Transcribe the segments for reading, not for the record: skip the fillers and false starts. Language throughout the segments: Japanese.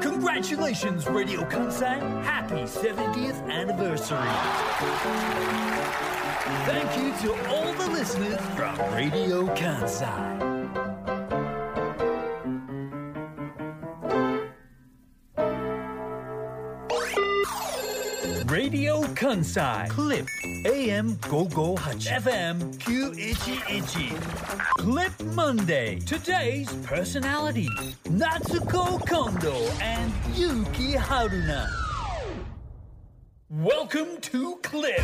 Congratulations, Radio Kansai. Happy 70th anniversary. Thank you to all the listeners from Radio Kansai. Radio Kansai Clip AM 558 FM 911 Clip Monday. Today's personality Natsuko Kondo and Yuki Haruna. Welcome to Clip.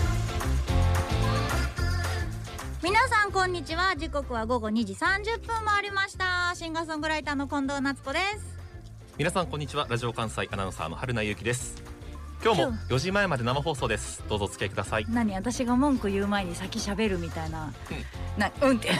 皆さんこんにちは。時刻は午後2時30分回りました。シンガーソングライターの近藤夏子です。 皆さんこんにちは。ラジオ関西アナウンサーの春名由紀です。今日も4時前まで生放送です。どうぞお付き合いください。 何、私が文句言う前に先喋るみたいな、うんって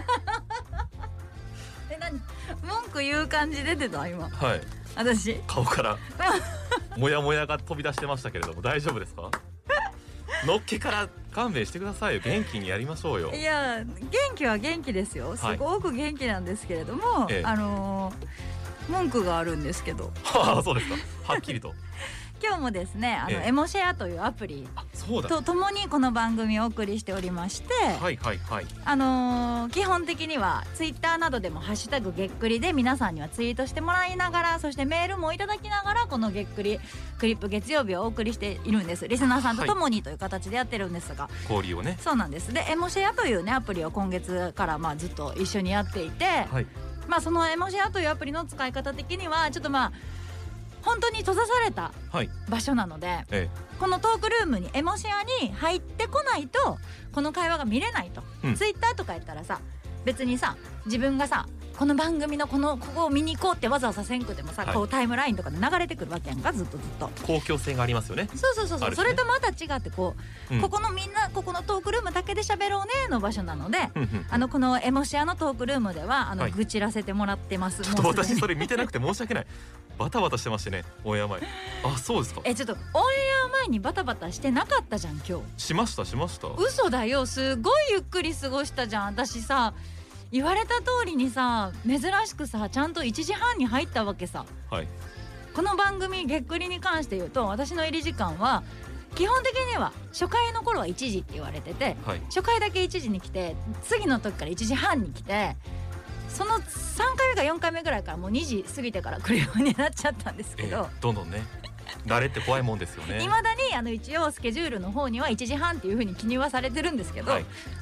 何文句言う感じ出てた今。 はい、 私顔からモヤモヤが飛び出してましたけれども大丈夫ですか？のっけから勘弁してくださいよ。元気にやりましょうよ。 いや元気は元気ですよ。すごく元気なんですけれども、文句があるんですけど。 はあ、そうですか。はっきりと今日もですね、エモシェアというアプリとともにこの番組をお送りしておりまして、 はいはいはい、 基本的にはツイッターなどでもハッシュタグげっくりで皆さんにはツイートしてもらいながら、そしてメールもいただきながらこのげっくりクリップ月曜日をお送りしているんです。リスナーさんとともにという形でやってるんですが、 交流をね。そうなんです。 でエモシェアというねアプリを今月からずっと一緒にやっていて、はい、そのエモシェアというアプリの使い方的にはちょっと本当に閉ざされた場所なので、このトークルームにエモシェアに入ってこないとこの会話が見れないと、ツイッターとかやったらさ別にさ自分がさこの番組のここを見に行こうってわざわざせんくてもさ、こうタイムラインとかで流れてくるわけやんか。ずっと公共性がありますよね。 そう、それとまた違ってここのみんなここのトークルームだけで喋ろうねの場所なのでこのエモシェアのトークルームでは愚痴らせてもらってます。 ちょっと私それ見てなくて申し訳ない。バタバタしてましてね、オンエア前。あ、そうですか。 ちょっとオンエア前にバタバタしてなかったじゃん今日。 しました。 嘘だよ。すごいゆっくり過ごしたじゃん。私さ言われた通りにさ珍しくさちゃんと1時半に入ったわけさ。 はい。 この番組げっくりに関して言うと私の入り時間は基本的には初回の頃は1時って言われてて、はい、初回だけ1時に来て次の時から1時半に来て、その3回目か4回目ぐらいからもう2時過ぎてから来るようになっちゃったんですけど、 どんどんね慣れって怖いもんですよね。 未だに一応スケジュールの方には1時半っていう風に記入はされてるんですけど、はい、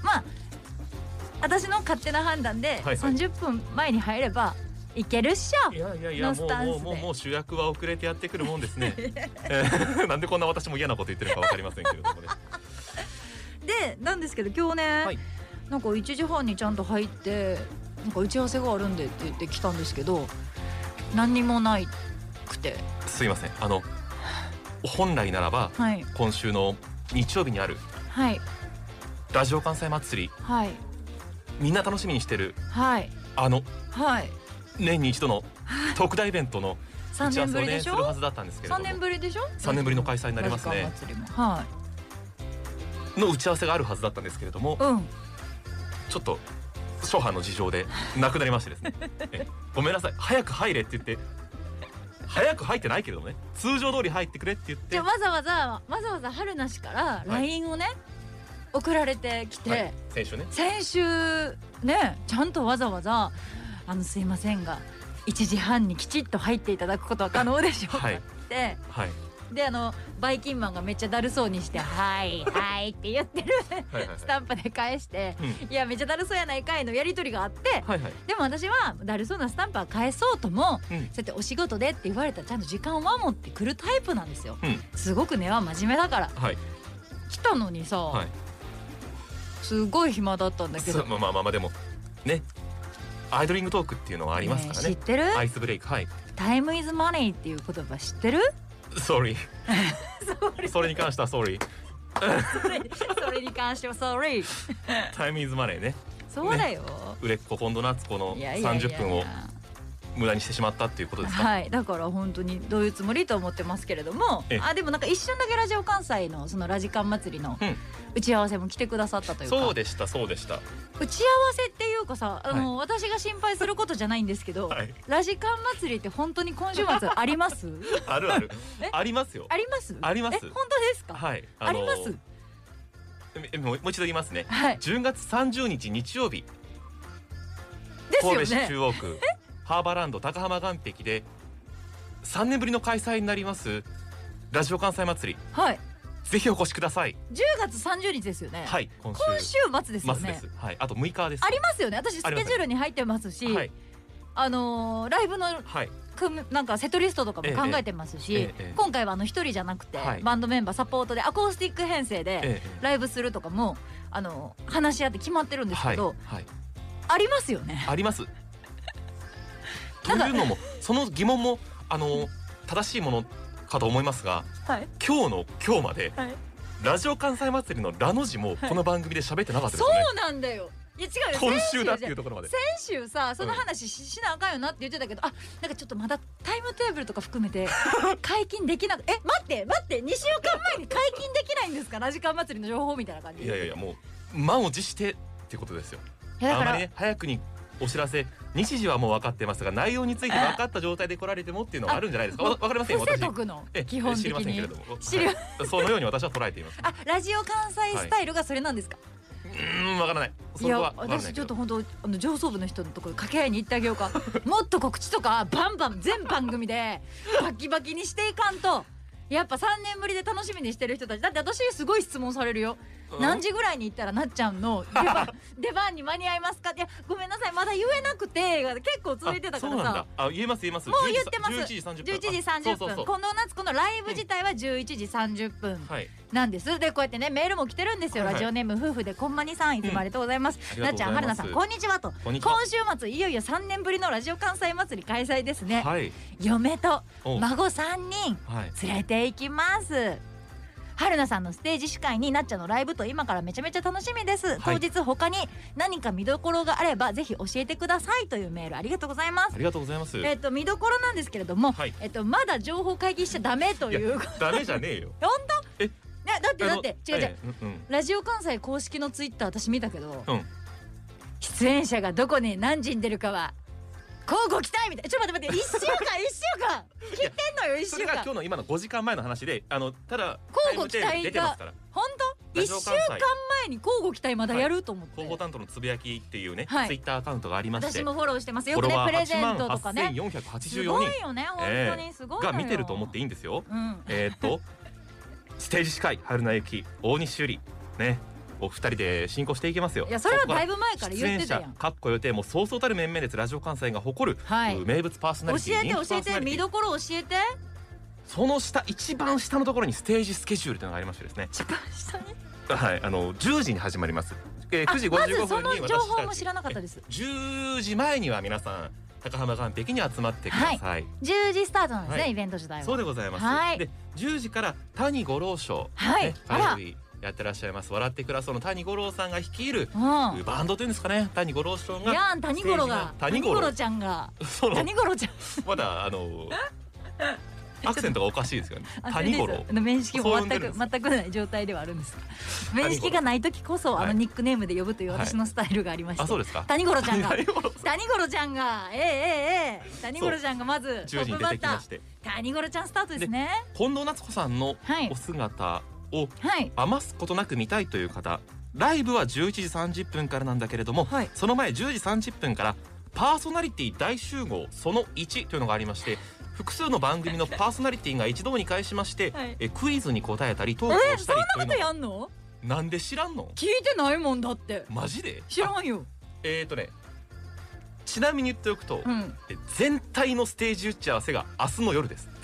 私の勝手な判断で30分前に入ればいけるっしょのスタンスで。 もう主役は遅れてやってくるもんですね。なんでこんな私も嫌なこと言ってるか分かりませんけれどもね。 でなんですけど今日ね、はい、なんか1時半にちゃんと入ってなんか打ち合わせがあるんでって言って来たんですけど何にもないくて。 すいません。本来ならば、はい、今週の日曜日にある、はい、ラジオ関西祭り、はい、みんな楽しみにしてる、はい、はい、年に一度の特大イベントの打ち合わせをねするはずだったんですけれども、3年ぶりでしょ。3年ぶりの開催になりますね。はい、の打ち合わせがあるはずだったんですけれども、ちょっと諸般の事情でなくなりましてですね。ごめんなさい。早く入れって言って早く入ってないけれどもね、通常通り入ってくれって言って、 わざわざ春なしから LINE をね、送られてきて、先週ねちゃんとわざわざすいませんが1時半にきちっと入っていただくことは可能でしょうかって、はい、でバイキンマンがめっちゃだるそうにしてはいはいって言ってるスタンプで返して、いやめっちゃだるそうやないかいのやり取りがあって、でも私はだるそうなスタンプは返そうとも、そうやってお仕事でって言われたらちゃんと時間を守ってくるタイプなんですよ。すごく根は真面目だから、来たのにさ、すごい暇だったんだけど、 まあでもねアイドリングトークっていうのはありますからね。 知ってる？ アイスブレイク。はい。 タイムイズマネーっていう言葉知ってる？ Sorry それに関しては Sorry それに関しては Sorry タイムイズマネーね。 そうだよ、 売れっ子近藤夏子の30分を無駄にしてしまったっていうことですか？ はい、だから本当にどういうつもりと思ってますけれども、でもなんか一瞬だけラジオ関西のそのラジカン祭りの打ち合わせも来てくださったというか、 そうでした。 打ち合わせっていういうかさ、私が心配することじゃないんですけど、ラジカン祭りって本当に今週末あります？ あるある。ありますよ。 あります？ あります。 本当ですか？ はい。 あります。 もう一度言いますね。10月30日日曜日。 ですよね。 神戸市中央区ハーバーランド高浜岸壁で3年ぶりの開催になりますラジオ関西祭り。はい。ぜひお越しください。 10月30日ですよね。 はい。 今週末ですよね。 はい。あと6日です。 ありますよね。私スケジュールに入ってますし、ライブのなんかセットリストとかも考えてますし、今回は1人じゃなくてバンドメンバーサポートでアコースティック編成でライブするとかも話し合って決まってるんですけど、ありますよね。 あります。というのもその疑問も正しいものかと思いますが、今日までラジオ関西祭りのラの字もこの番組で喋ってなかったですよね。 そうなんだよ。いや違うよ。 今週だっていうところまで。 先週さその話しなあかんよなって言ってたけど、なんかちょっとまだタイムテーブルとか含めて解禁できなく待って2週間前に解禁できないんですか？ラジカン祭りの情報みたいな感じ。 いやもう満を持してってことですよ。あまりね早くにお知らせ日時はもう分かってますが内容について分かった状態で来られてもっていうのはあるんじゃないですか。分かりませんよ。 伏せとくの基本的に知りませんけれども、そのように私は捉えています。 ラジオ関西スタイルがそれなんですか？ 分からない。 いや私ちょっと本当上層部の人のところ掛け合いに行ってあげようか。もっと告知とかバンバン全番組でバキバキにしていかんと。やっぱ3年ぶりで楽しみにしてる人たちだって私すごい質問されるよ。何時ぐらいに行ったらなっちゃんの出番に間に合いますかって。いやごめんなさいまだ言えなくてが結構続いてたからさ。 言えますもう言ってます。11時30分。近藤夏子のライブ自体は11時30分なんです。でこうやってねメールも来てるんですよ。ラジオネーム夫婦でこんまにさんいつもありがとうございます。なっちゃんはるなさんこんにちはと。今週末いよいよ3年ぶりのラジオ関西祭り開催ですね。嫁と孫3人連れて行きます。春菜さんのステージ司会になっちゃんのライブと今からめちゃめちゃ楽しみです。当日他に何か見どころがあればぜひ教えてくださいというメールありがとうございます。 ありがとうございます。 見どころなんですけれども、まだ情報会議しちゃダメという。 ダメじゃねえよ。 本当？だって違うラジオ関西公式のツイッター私見たけど、出演者がどこに何時に出るかは交互期待みたいな。ちょっと待って1週間聞いてんのよ。1週間それが今日の今の5時間前の話でただ交互期待が本当1週間前に交互期待まだやると思って。 広報担当のつぶやきっていうねツイッターアカウントがありまして、 私もフォローしてますよくね。プレゼントとかね 8484人すごいよね。本当にすごいが見てると思っていいんですよ。ステージ司会春菜由紀大西朱里ねお二人で進行していきますよ。 いやそれはだいぶ前から言ってたやん。 かっこ予定もそうそうたる面々です。ラジオ関西が誇る名物パーソナリティ。 教えて見どころ教えて。 その下一番下のところにステージスケジュールというのがありましてですね。 一番下に 10時に始まります。9時55分にまずその情報も知らなかったです。 10時前には皆さん高浜岸壁に集まってください。 10時スタートなんですね。イベント自体はそうでございます。で10時から谷五郎賞やってらっしゃいます笑って暮らそうの谷五郎さんが率いるバンドというんですかね。谷五郎賞が谷五郎ちゃんが谷五郎ちゃんまだアクセントがおかしいですよね。谷五郎面識も全くない状態ではあるんですが、面識がない時こそニックネームで呼ぶという私のスタイルがありまして、 そうですか。 谷五郎ちゃんが谷五郎ちゃんが谷五郎ちゃんがまずトップバッター谷五郎ちゃんスタートですね。 近藤夏子さんのお姿を余すことなく見たいという方、ライブは11時30分からなんだけれども、その前10時30分からパーソナリティ大集合その1というのがありまして、複数の番組のパーソナリティが一堂に会しまして、クイズに答えたりトークをしたりそんなことやんの？ なんで知らんの？ 聞いてないもんだって。 マジで？ 知らんよ。 ちなみに言っておくと、全体のステージ打ち合わせが明日の夜です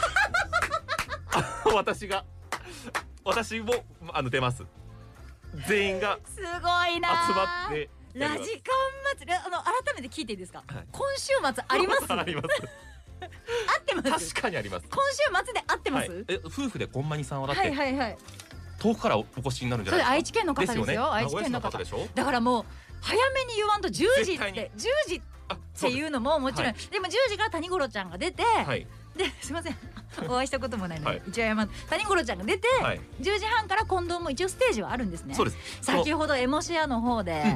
私も出ます。全員がすごいな集まってラジカン祭り改めて聞いていいですか？今週末あります？ あります。 合ってます。 確かにあります。 今週末で合ってます。 夫婦でこんまにさんはだって遠くからお越しになるんじゃないですか。 愛知県の方ですよ。愛知県の方でしょ。だからもう早めに言わんと10時っていうのももちろんでも10時から谷五郎ちゃんが出て、ですいませんお会いしたこともないので一応谷五郎ちゃんが出て10時半から近藤も一応ステージはあるんですね。 そうです。 先ほどエモシアの方で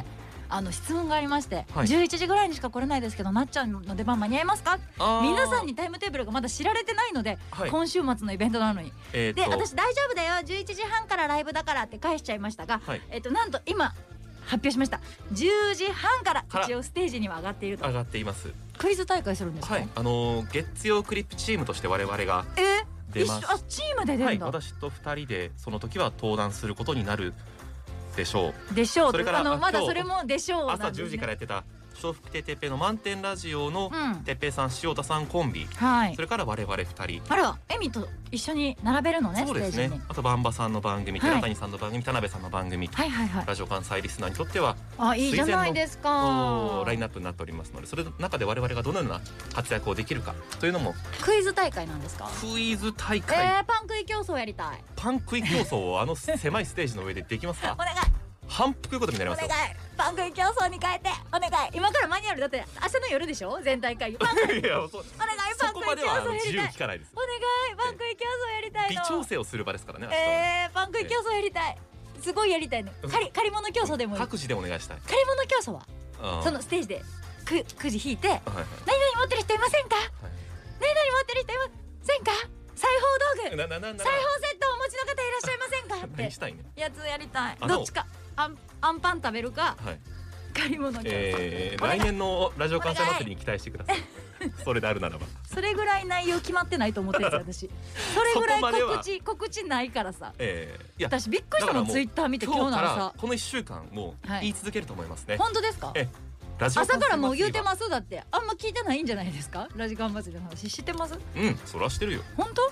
質問がありまして、11時ぐらいにしか来れないですけどなっちゃんの出番間に合いますか。皆さんにタイムテーブルがまだ知られてないので、今週末のイベントなのに、で私大丈夫だよ11時半からライブだからって返しちゃいましたが、なんと今発表しました。10時半から一応ステージには上がっていると。 上がっています。 クイズ大会するんですか。 月曜クリップチームとして我々が出ます。 チームで出るんだ。 私と2人でその時は登壇することになるでしょう。 でしょう。それからまだそれもでしょう。 朝10時からやってた笑福亭てっぺいの満点ラジオのてっぺいさん塩田さんコンビ、それから我々2人。 あら、エミと一緒に並べるのね。 そうですね。あとバンバさんの番組、寺谷さんの番組、田辺さんの番組、ラジオ関西リスナーにとってはいいじゃないですか、ラインナップになっておりますので、それの中で我々がどのような活躍をできるかというのも。 クイズ大会なんですか。 クイズ大会。 パン食い競争やりたい。 パン食い競争を狭いステージの上でできますか。 お願い。 反復ことになりますよ。 お願い、パン食い競争に変えてお願い。今からマニュアルだって明日の夜でしょ、全大会。パン食いお願い、パン食い競争やりたい。 自由聞かないです。 お願い、パン食い競争やりたいの。 微調整をする場ですからね。 パン食い競争やりたい。すごいやりたいの。借り物競争でもいい。 各自でお願いしたい。 借り物競争はそのステージでくじ引いて、何々持ってる人いませんか、何々持ってる人いませんか、裁縫道具、裁縫セットをお持ちの方いらっしゃいませんかってやつやりたい。どっちか、アンパン食べるか、借り物競争。 来年のラジオ関西祭りに期待してください。それであるならば。 それぐらい内容決まってないと思ってるんです私。それぐらい告知ないからさ。私びっくりしたの、ツイッター見て今日の朝。 この1週間もう言い続けると思いますね。 本当ですか。朝からもう言うてます。だってあんま聞いてないんじゃないですか。ラジカン祭りの話知ってます。 そらしてるよ。 本当。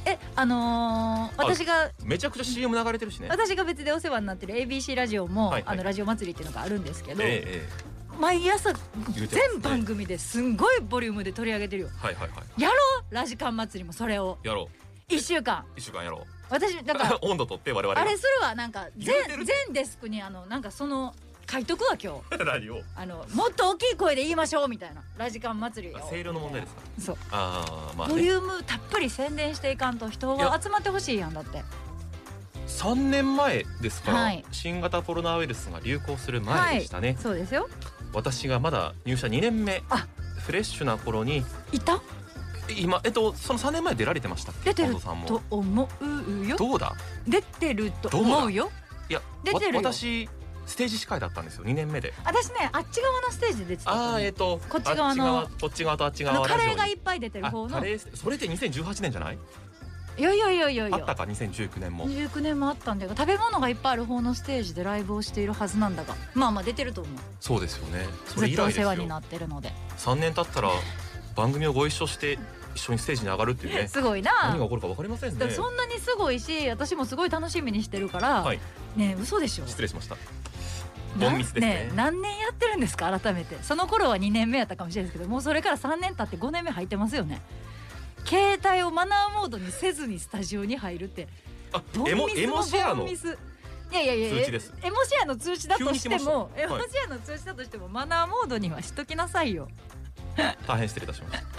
私がめちゃくちゃ CM 流れてるしね。 私が別でお世話になってる ABC ラジオもラジオ祭りっていうのがあるんですけど、毎朝全番組ですんごいボリュームで取り上げてるよ。やろう、ラジカン祭りもそれをやろう。 1週間やろう。 私だから温度取って我々 あれするわ。なんか全デスクになんかその書いとくわ今日。 何をもっと大きい声で言いましょうみたいな。ラジカン祭り声量の問題ですか。 そう、ボリュームたっぷり宣伝していかんと人が集まってほしいやん。だって 3年前ですから、新型コロナウイルスが流行する前でしたね。 そうですよ。 私がまだ入社2年目、フレッシュな頃にいた。 今その3年前出られてましたっけ。 出てると思うよ。 どうだ。 出てると思うよ。 いや出てるよ。私ステージ司会だったんですよ2年目で。 私ねあっち側のステージで出てた。こっち側のこっち側とあっち側。 カレーがいっぱい出てる方の。 それって2018年じゃない。 いやあったか。2019年も 19年もあったんだけど、食べ物がいっぱいある方のステージでライブをしているはずなんだが、まあ出てると思う。 そうですよね。 ずっとお世話になってるので。 3年経ったら番組をご一緒して一緒にステージに上がるっていうね。 すごいな。 何が起こるか分かりませんね。 そんなにすごいし、私もすごい楽しみにしてるから。ね、嘘でしょ。 失礼しました。ボンミスですね。 何年やってるんですか改めて。その頃は2年目やったかもしれないですけど、もうそれから3年経って5年目入ってますよね。携帯をマナーモードにせずにスタジオに入るって。 エモシェアの通知です。 エモシェアの通知だとしても、マナーモードにはしときなさいよ。 大変失礼いたしました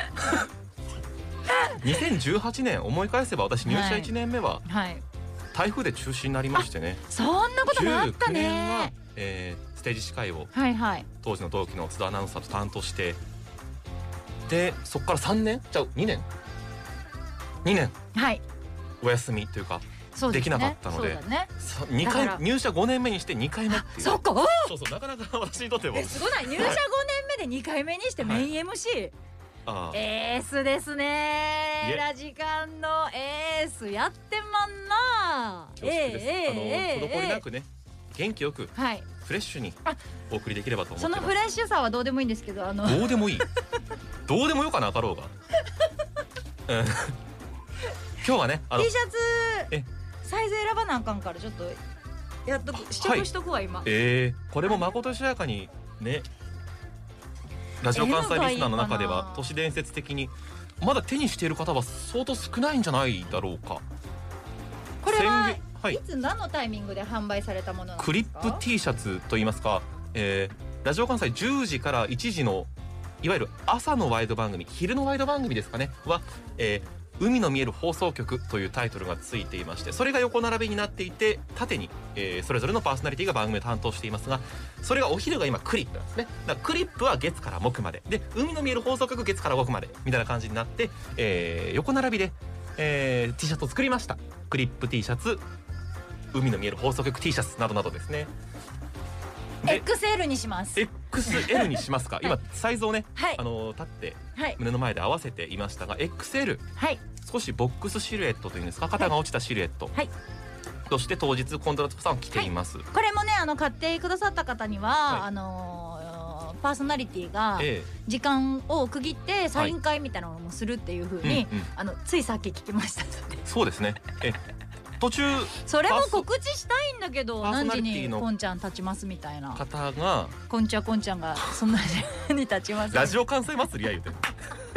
。2018年思い返せば私入社1年目は台風で中止になりましてね。 そんなこともあったね。 ステージ司会を当時の同期の津田アナウンサーと担当して、でそこから3年じゃあ2年お休みというかできなかったので、2回入社5年目にして2回目っていう。 そうなかなか私にとってはすごい。入社5年目で2回目にしてメイン MC。エースですね。ラジカンのエースやってまんな。 恐縮です。滞りなくね、元気よくフレッシュにお送りできればと思ってます。 そのフレッシュさはどうでもいいんですけど、 どうでもいいどうでもよかなかろうが。今日はね T シャツサイズ選ばなあかんから、ちょっとやっと試着しとくわ今。 これもまことしやかにね、ラジオ関西リスナーの中では都市伝説的にまだ手にしている方は相当少ないんじゃないだろうか。 これはいつ何のタイミングで販売されたものなんですか。 クリップ T シャツといいますか、ラジオ関西10時から1時のいわゆる朝のワイド番組、昼のワイド番組ですかねは、 海の見える放送局というタイトルがついていまして、それが横並びになっていて縦に、それぞれのパーソナリティが番組を担当していますが、それがお昼が今クリップなんですね。だからクリップは月から木までで、海の見える放送局月から木までみたいな感じになって、横並びで、T シャツを作りました。クリップ T シャツ、海の見える放送局 T シャツなどなどですね。 XL にします。 XL にしますか。今サイズをね、 はい、 立って胸の前で合わせていましたが、 XL、はい、少しボックスシルエットというんですか、肩が落ちたシルエット、はい、として当日近藤夏子さんを着ています、はい、 これもね買ってくださった方には、はい、パーソナリティが時間を区切ってサイン会みたいなのもするっていう風に、ついさっき聞きましたので。 そうですね。途中それも告知したいんだけど、何時にこんちゃん立ちますみたいな方が、 こんちゃんがそんな時に立ちます、 ラジオ関西祭りや言うてる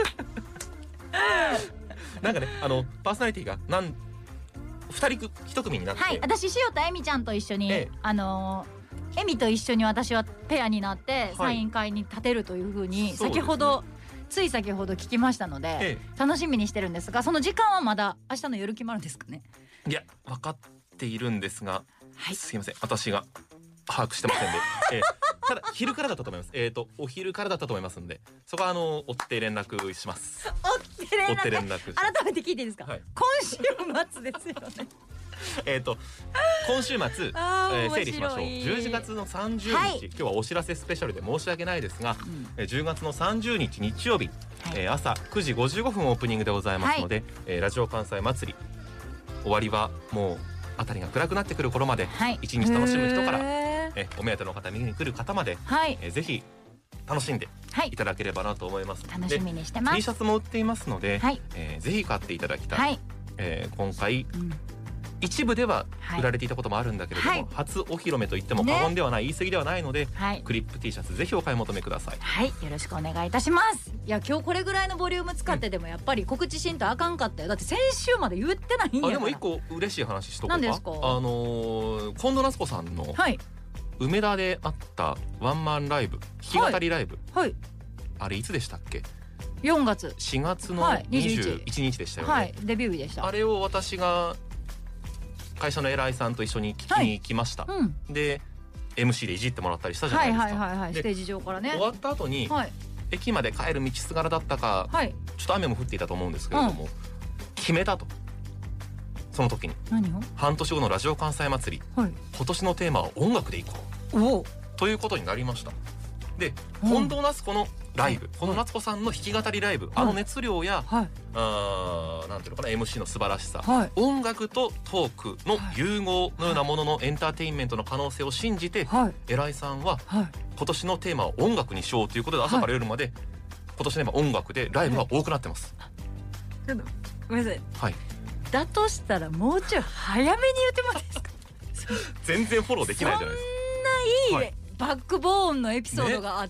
なんかね、パーソナリティが2人1組になって、 はい、私塩田恵美ちゃんと一緒に、恵美と一緒に私はペアになってサイン会に立てるというふうに、つい先ほど聞きましたので、楽しみにしてるんですが、その時間はまだ明日の夜決まるんですかね。 いや、分かっているんですが、はい、すいません、私が把握してませんで、ただ昼からだったと思います。お昼からだったと思いますんで、そこは追って連絡します。 追って連絡改めて聞いていいですか、はい、今週末ですよね今週末、整理しましょう。10月の30日、はい、今日はお知らせスペシャルで申し訳ないですが、10月の30日日曜日、朝9時55分オープニングでございますので、ラジオ関西祭り終わりはもう辺りが暗くなってくる頃まで、一日楽しむ人からお目当ての方、見に来る方まで、ぜひ楽しんでいただければなと思います。 楽しみにしてます。 T シャツも売っていますので、ぜひ買っていただきたい。今回、一部では売られていたこともあるんだけれども、初お披露目といっても過言ではない、言い過ぎではないので、クリップ T シャツぜひお買い求めください。 はい、よろしくお願いいたします。いや、今日これぐらいのボリューム使ってでもやっぱり告知しんとあかんかったよ。だって先週まで言ってないんやから。 でも一個嬉しい話しとこうか。 何ですか。 近藤夏子さんの梅田であったワンマンライブ、弾き語りライブ、あれいつでしたっけ。 4月 4月の21日でしたよね。 デビュー日でした。 あれを私が会社の偉いさんと一緒に聞きに行きました、で MC でいじってもらったりしたじゃないですか。 ステージ上からね。 終わった後に、駅まで帰る道すがらだったか、ちょっと雨も降っていたと思うんですけれども、決めたと。その時に何を、 半年後のラジオ関西祭り、今年のテーマは音楽でいこうということになりました。で、近藤夏子のライブ、この夏子さんの弾き語りライブ、熱量や、なんていうのかな、MC の素晴らしさ、音楽とトークの融合のようなもののエンターテインメントの可能性を信じて、偉いさんは今年のテーマを音楽にしようということで、朝から夜まで今年の音楽でライブが多くなってます。 ちょっとごめんなさい、だとしたらもうちょい早めに言ってもらっていいですか。 全然フォローできないじゃないですか。 そんないい、バックボーンのエピソードがあって、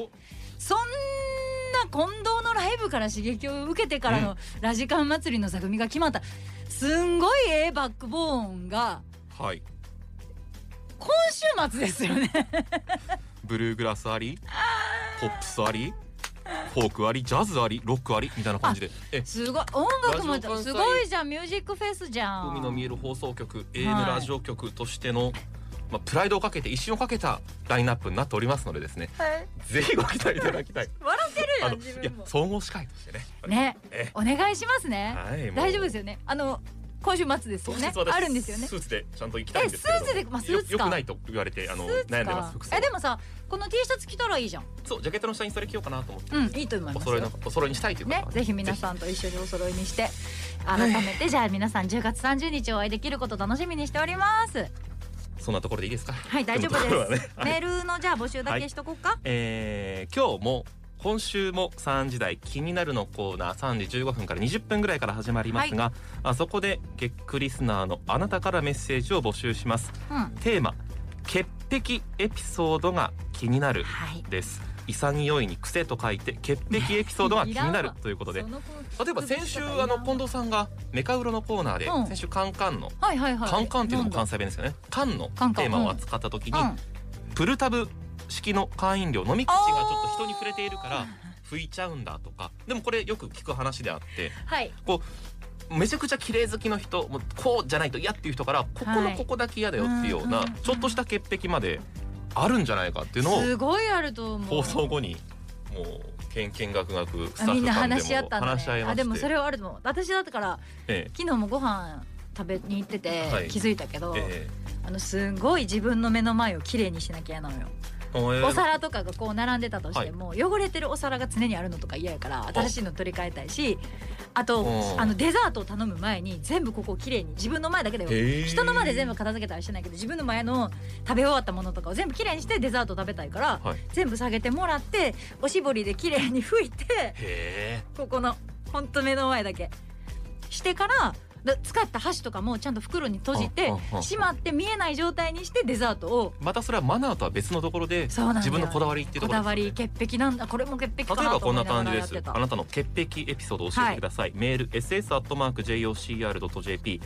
そんな近藤のライブから刺激を受けてからのラジカン祭りの座組が決まった、すんごいバックボーンが、今週末ですよね。 ブルーグラスあり、ポップスあり、フォークあり、ジャズあり、ロックありみたいな感じで、 すごい、音楽もすごいじゃん。ミュージックフェスじゃん。 海の見える放送局、AM ラジオ局としてのプライドをかけて、一瞬をかけたラインナップになっておりますのでですね、ぜひご期待いただきたい。 笑ってるやん、自分も。 いや、総合司会としてね、 お願いしますね。大丈夫ですよね。今週末ですよね。あるんですよね。 スーツでちゃんと行きたいんですけど、 スーツで、スーツかよくないと言われて悩んでます。服装。 でもさ、この T シャツ着たらいいじゃん。 そう、ジャケットの下にそれ着ようかなと思って。 いいと思います。 お揃いにしたいという方はぜひ皆さんと一緒にお揃いにして、改めてじゃあ皆さん10月30日お会いできること楽しみにしております。 そんなところでいいですか。 はい、大丈夫です。メールのじゃあ募集だけしとこうか。 今日も今週も3時台気になるのコーナー、3時15分から20分ぐらいから始まりますが、そこでゲックリスナーのあなたからメッセージを募集します。テーマ、潔癖エピソードが気になるです。潔いに癖と書いて潔癖エピソードが気になるということで、例えば先週近藤さんがメカウロのコーナーで、先週カンカンのカンカンっていうのも関西弁ですよね。カンのテーマを扱った時に、プルタブ式の缶飲料飲み口がちょっと人に触れているから拭いちゃうんだとか、でもこれよく聞く話であって、 はい、 こうめちゃくちゃ綺麗好きの人、もうこうじゃないと嫌っていう人から、ここのここだけ嫌だよっていうような、ちょっとした潔癖まであるんじゃないかっていうのをすごいあると思う。 放送後にもう見学スタッフ間でもみんな話し合ったんだね。 話し合いまして、 でもそれはあると思う。私だったから、昨日もご飯食べに行ってて気づいたけど、すごい自分の目の前をきれいにしなきゃ嫌なのよ。お皿とかがこう並んでたとしても、汚れてるお皿が常にあるのとか嫌やから新しいの取り替えたいし、あとデザートを頼む前に全部ここをきれいに、自分の前だけで人の前で全部片付けたりしてないけど、自分の前の食べ終わったものとかを全部きれいにしてデザート食べたいから、全部下げてもらっておしぼりできれいに拭いて、ここのほんと目の前だけしてから、使った箸とかもちゃんと袋に閉じてしまって見えない状態にしてデザートを、 またそれはマナーとは別のところで自分のこだわりっていうところですね。 こだわり潔癖なんだ、これも潔癖かなと例えばこん思ない感じながらやってた。 です。あなたの潔癖エピソードを教えてください、メール ss@jocr.jp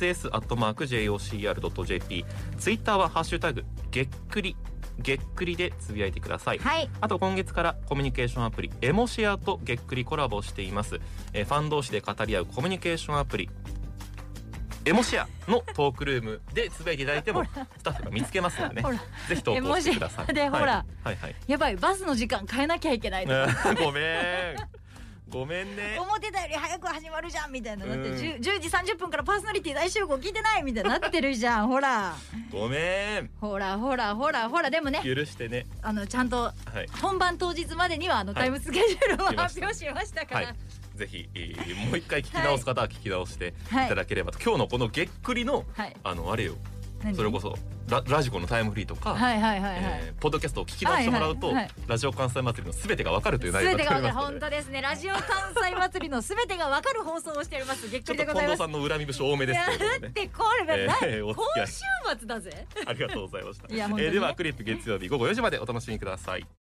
ss@jocr.jp、 ツイッターはハッシュタグげっくりげっくりでつぶやいてください、あと今月からコミュニケーションアプリエモシェアとげっくりコラボしています。ファン同士で語り合うコミュニケーションアプリエモシェアのトークルームでつぶやいていただいてもスタッフが見つけますのでね、ぜひ投稿してください。 でほら、やばい、バスの時間変えなきゃいけないごめんごめんね、 思ってたより早く始まるじゃんみたいな、だって 10時30分からパーソナリティ大集合聞いてないみたいになってるじゃんほらごめん、 ほらでもね、 許してね、 ちゃんと本番当日までにはタイムスケジュールを発表しましたから、 ぜひ、もう一回聞き直す方は聞き直していただければと、今日のこのげっくりの、あれよ、それこそラジコのタイムフリーとか、ポッドキャストを聞き直してもらうと、ラジオ関西祭りのすべてがわかるという内容になっておりますので、 本当ですね、ラジオ関西祭りのすべてがわかる放送をしております。げっくりでございます。 ちょっと近藤さんの恨み節多めですけどね。 だってこれ、今週末だぜ。 ありがとうございました。ではクリップ月曜日午後4時までお楽しみください。